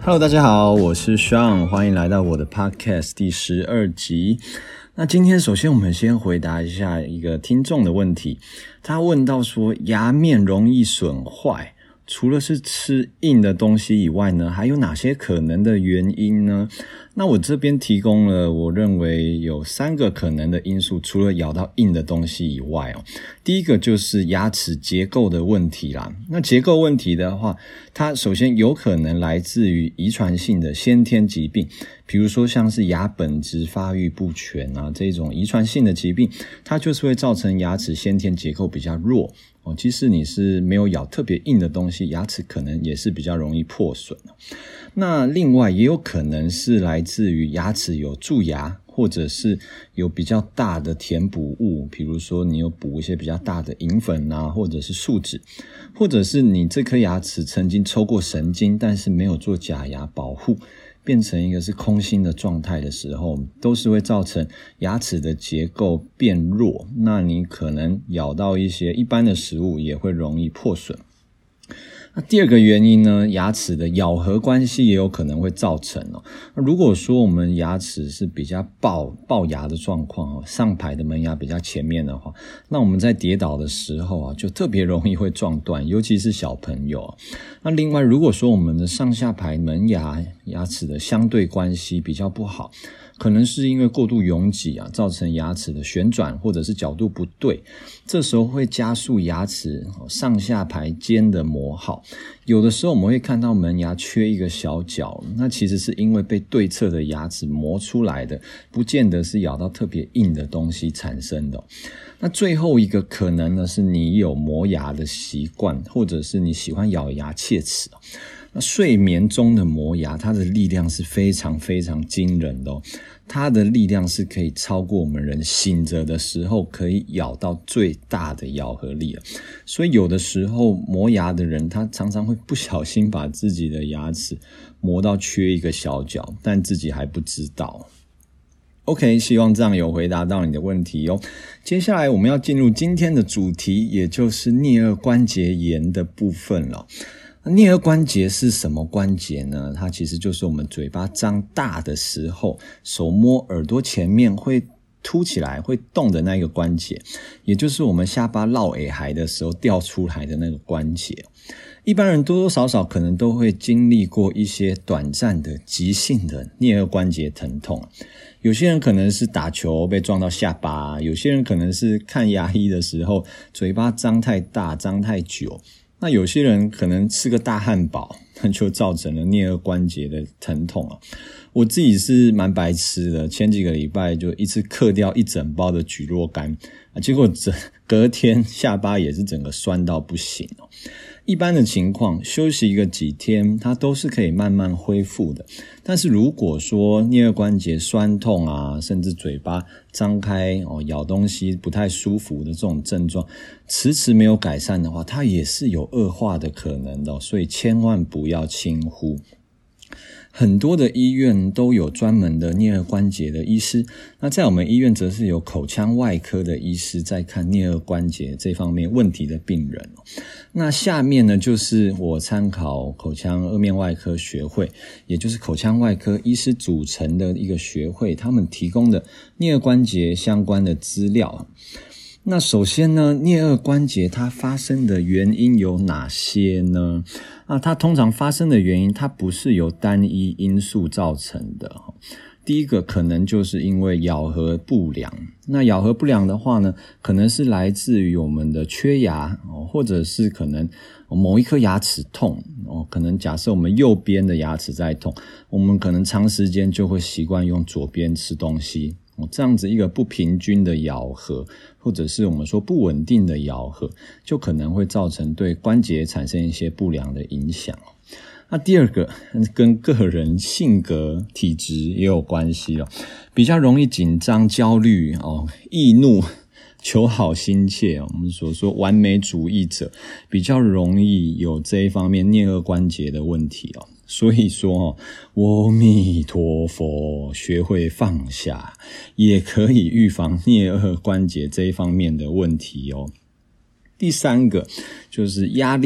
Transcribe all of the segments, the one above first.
Hello， 大家好，我是 Sean， 欢迎来到我的 Podcast 第12集。那今天首先我们先回答一下一个听众的问题，他问到说牙面容易损坏，除了是吃硬的东西以外呢，还有哪些可能的原因呢？那我这边提供了我认为有3个可能的因素，除了咬到硬的东西以外第一个就是牙齿结构的问题啦。那结构问题的话，它首先有可能来自于遗传性的先天疾病，比如说像是牙本质发育不全啊，这种遗传性的疾病，它就是会造成牙齿先天结构比较弱即使你是没有咬特别硬的东西，牙齿可能也是比较容易破损。那另外也有可能是来自于牙齿有蛀牙，或者是有比较大的填补物，比如说你有补一些比较大的银粉啊，或者是树脂，或者是你这颗牙齿曾经抽过神经，但是没有做假牙保护，变成一个是空心的状态的时候，都是会造成牙齿的结构变弱，那你可能咬到一些一般的食物也会容易破损。那第二个原因呢，牙齿的咬合关系也有可能会造成如果说我们牙齿是比较龅牙的状况上排的门牙比较前面的话，那我们在跌倒的时候就特别容易会撞断，尤其是小朋友那另外如果说我们的上下排门牙齿的相对关系比较不好，可能是因为过度拥挤造成牙齿的旋转或者是角度不对，这时候会加速牙齿上下排间的磨耗。有的时候我们会看到门牙缺一个小角，那其实是因为被对侧的牙齿磨出来的，不见得是咬到特别硬的东西产生的。那最后一个可能呢，是你有磨牙的习惯，或者是你喜欢咬牙切齿那睡眠中的磨牙，它的力量是非常非常惊人的它的力量是可以超过我们人醒着的时候可以咬到最大的咬合力所以有的时候磨牙的人，他常常会不小心把自己的牙齿磨到缺一个小角，但自己还不知道。OK， 希望这样有回答到你的问题接下来我们要进入今天的主题，也就是颞颌关节炎的部分了。颞颌关节是什么关节呢？它其实就是我们嘴巴张大的时候，手摸耳朵前面会凸起来会动的那个关节，也就是我们下巴落耳海的时候掉出来的那个关节。一般人多多少少可能都会经历过一些短暂的急性的颞颌关节疼痛，有些人可能是打球被撞到下巴，有些人可能是看牙医的时候嘴巴张太大张太久，那有些人可能吃个大汉堡，那就造成了颞颌关节的疼痛我自己是蛮白痴的，前几个礼拜就一次嗑掉一整包的蒟蒻干结果隔天下巴也是整个酸到不行一般的情况休息个几天它都是可以慢慢恢复的，但是如果说颞颌关节酸痛甚至嘴巴张开咬东西不太舒服的这种症状迟迟没有改善的话，它也是有恶化的可能的所以千万不要轻忽。很多的医院都有专门的颞颌关节的医师，那在我们医院则是有口腔外科的医师在看颞颌关节这方面问题的病人那下面呢，就是我参考口腔颌面外科学会，也就是口腔外科医师组成的一个学会，他们提供的颞颌关节相关的资料那首先呢，颞颌关节它发生的原因有哪些呢？它通常发生的原因，它不是由单一因素造成的。第一个可能就是因为咬合不良，那咬合不良的话呢，可能是来自于我们的缺牙或者是可能某一颗牙齿痛可能假设我们右边的牙齿在痛，我们可能长时间就会习惯用左边吃东西这样子一个不平均的咬合，或者是我们说不稳定的咬合，就可能会造成对关节产生一些不良的影响那第二个跟个人性格体质也有关系比较容易紧张焦虑易怒求好心切我们所说完美主义者比较容易有这一方面颞颌关节的问题所以说阿弥陀佛，学会放下也可以预防颞颌关节这一方面的问题第三个就是压力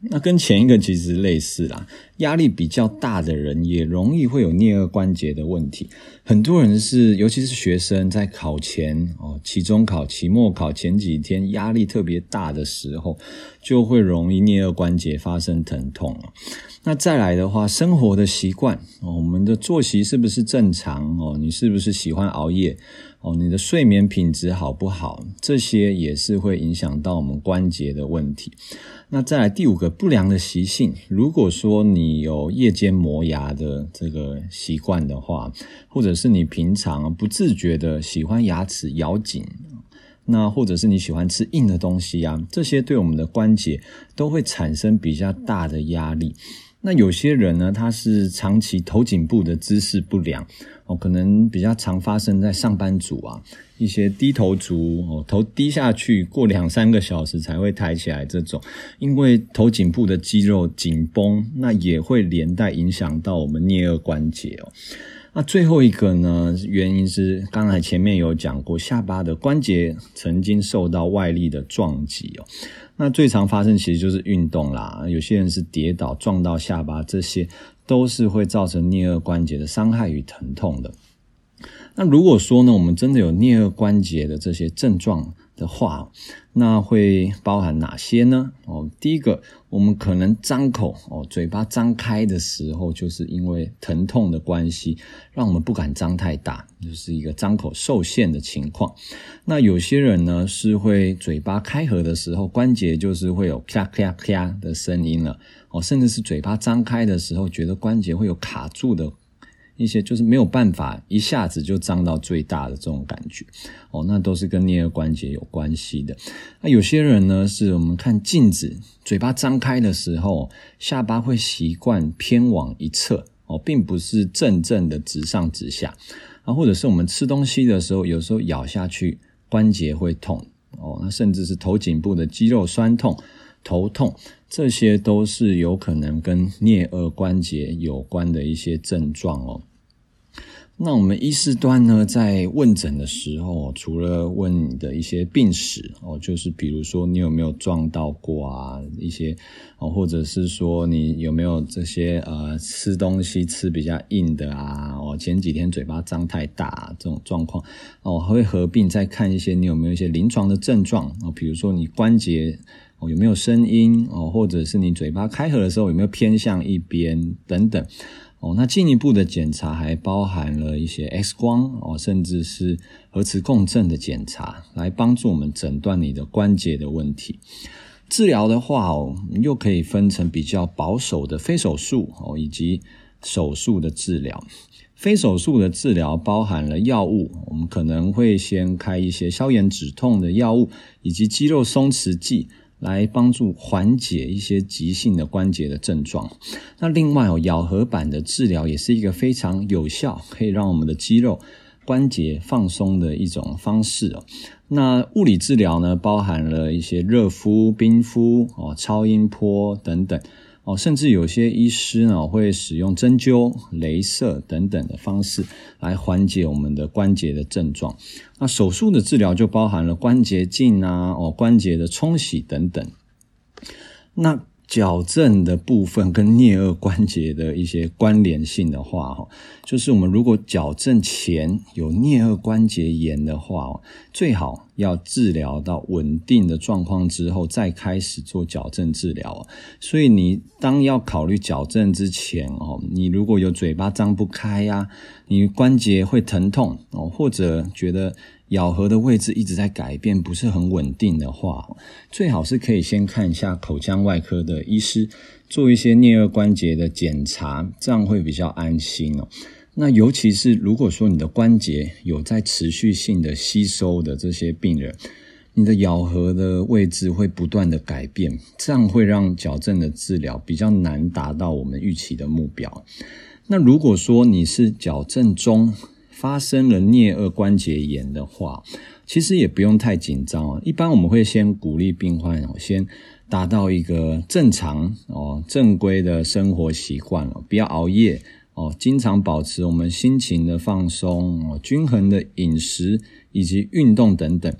那跟前一个其实类似啦，压力比较大的人也容易会有颞颌关节的问题。很多人尤其是学生在考前期中考、期末考前几天压力特别大的时候，就会容易颞颌关节发生疼痛。那再来的话，生活的习惯我们的作息是不是正常你是不是喜欢熬夜你的睡眠品质好不好，这些也是会影响到我们关节的问题。那再来第5个，不良的习性，如果说你有夜间磨牙的这个习惯的话，或者是你平常不自觉的喜欢牙齿咬紧，那或者是你喜欢吃硬的东西这些对我们的关节都会产生比较大的压力。那有些人呢，他是长期头颈部的姿势不良可能比较常发生在上班族一些低头族头低下去过2-3个小时才会抬起来，这种因为头颈部的肌肉紧绷，那也会连带影响到我们颞颌关节那最后一个呢，原因是刚才前面有讲过，下巴的关节曾经受到外力的撞击那最常发生其实就是运动啦，有些人是跌倒撞到下巴，这些都是会造成颞颌关节的伤害与疼痛的。那如果说呢，我们真的有颞颌关节的这些症状的话，那会包含哪些呢？第一个，我们可能张口嘴巴张开的时候，就是因为疼痛的关系，让我们不敢张太大，就是一个张口受限的情况。那有些人呢，是会嘴巴开合的时候，关节就是会有咔咔咔的声音了甚至是嘴巴张开的时候，觉得关节会有卡住的一些，就是没有办法一下子就张到最大的这种感觉那都是跟颞颌关节有关系的。那有些人呢，是我们看镜子，嘴巴张开的时候，下巴会习惯偏往一侧并不是正的直上直下或者是我们吃东西的时候，有时候咬下去关节会痛那甚至是头颈部的肌肉酸痛、头痛，这些都是有可能跟颞颌关节有关的一些症状那我们医师端呢，在问诊的时候，除了问你的一些病史就是比如说你有没有撞到过一些或者是说你有没有这些吃东西吃比较硬的前几天嘴巴张太大这种状况会合并再看一些你有没有一些临床的症状比如说你关节有没有声音或者是你嘴巴开合的时候有没有偏向一边等等那进一步的检查还包含了一些 X 光甚至是核磁共振的检查，来帮助我们诊断你的关节的问题。治疗的话又可以分成比较保守的非手术以及手术的治疗。非手术的治疗包含了药物，我们可能会先开一些消炎止痛的药物，以及肌肉松弛剂，来帮助缓解一些急性的关节的症状。那另外咬合板的治疗也是一个非常有效，可以让我们的肌肉关节放松的一种方式那物理治疗呢，包含了一些热敷、冰敷超音波等等甚至有些医师呢会使用针灸、雷射等等的方式来缓解我们的关节的症状。那手术的治疗就包含了关节镜关节的冲洗等等。那矫正的部分跟颞颌关节的一些关联性的话就是我们如果矫正前有颞颌关节炎的话最好要治疗到稳定的状况之后再开始做矫正治疗所以你当要考虑矫正之前你如果有嘴巴张不开你关节会疼痛或者觉得咬合的位置一直在改变，不是很稳定的话，最好是可以先看一下口腔外科的医师，做一些颞颌关节的检查，这样会比较安心那尤其是如果说你的关节有在持续性的吸收的这些病人，你的咬合的位置会不断的改变，这样会让矫正的治疗比较难达到我们预期的目标。那如果说你是矫正中发生了颞颌关节炎的话，其实也不用太紧张一般我们会先鼓励病患先达到一个正常正规的生活习惯不要熬夜经常保持我们心情的放松均衡的饮食以及运动等等。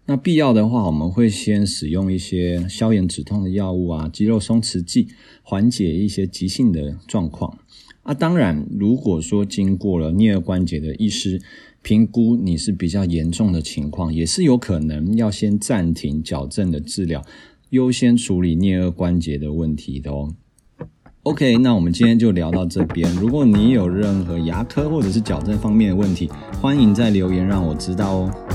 那必要的话，我们会先使用一些消炎止痛的药物啊，肌肉松弛剂，缓解一些急性的状况。当然，如果说经过了颞颌关节的医师评估你是比较严重的情况，也是有可能要先暂停矫正的治疗，优先处理颞颌关节的问题的哦。OK， 那我们今天就聊到这边。如果你有任何牙科或者是矫正方面的问题，欢迎在留言让我知道哦。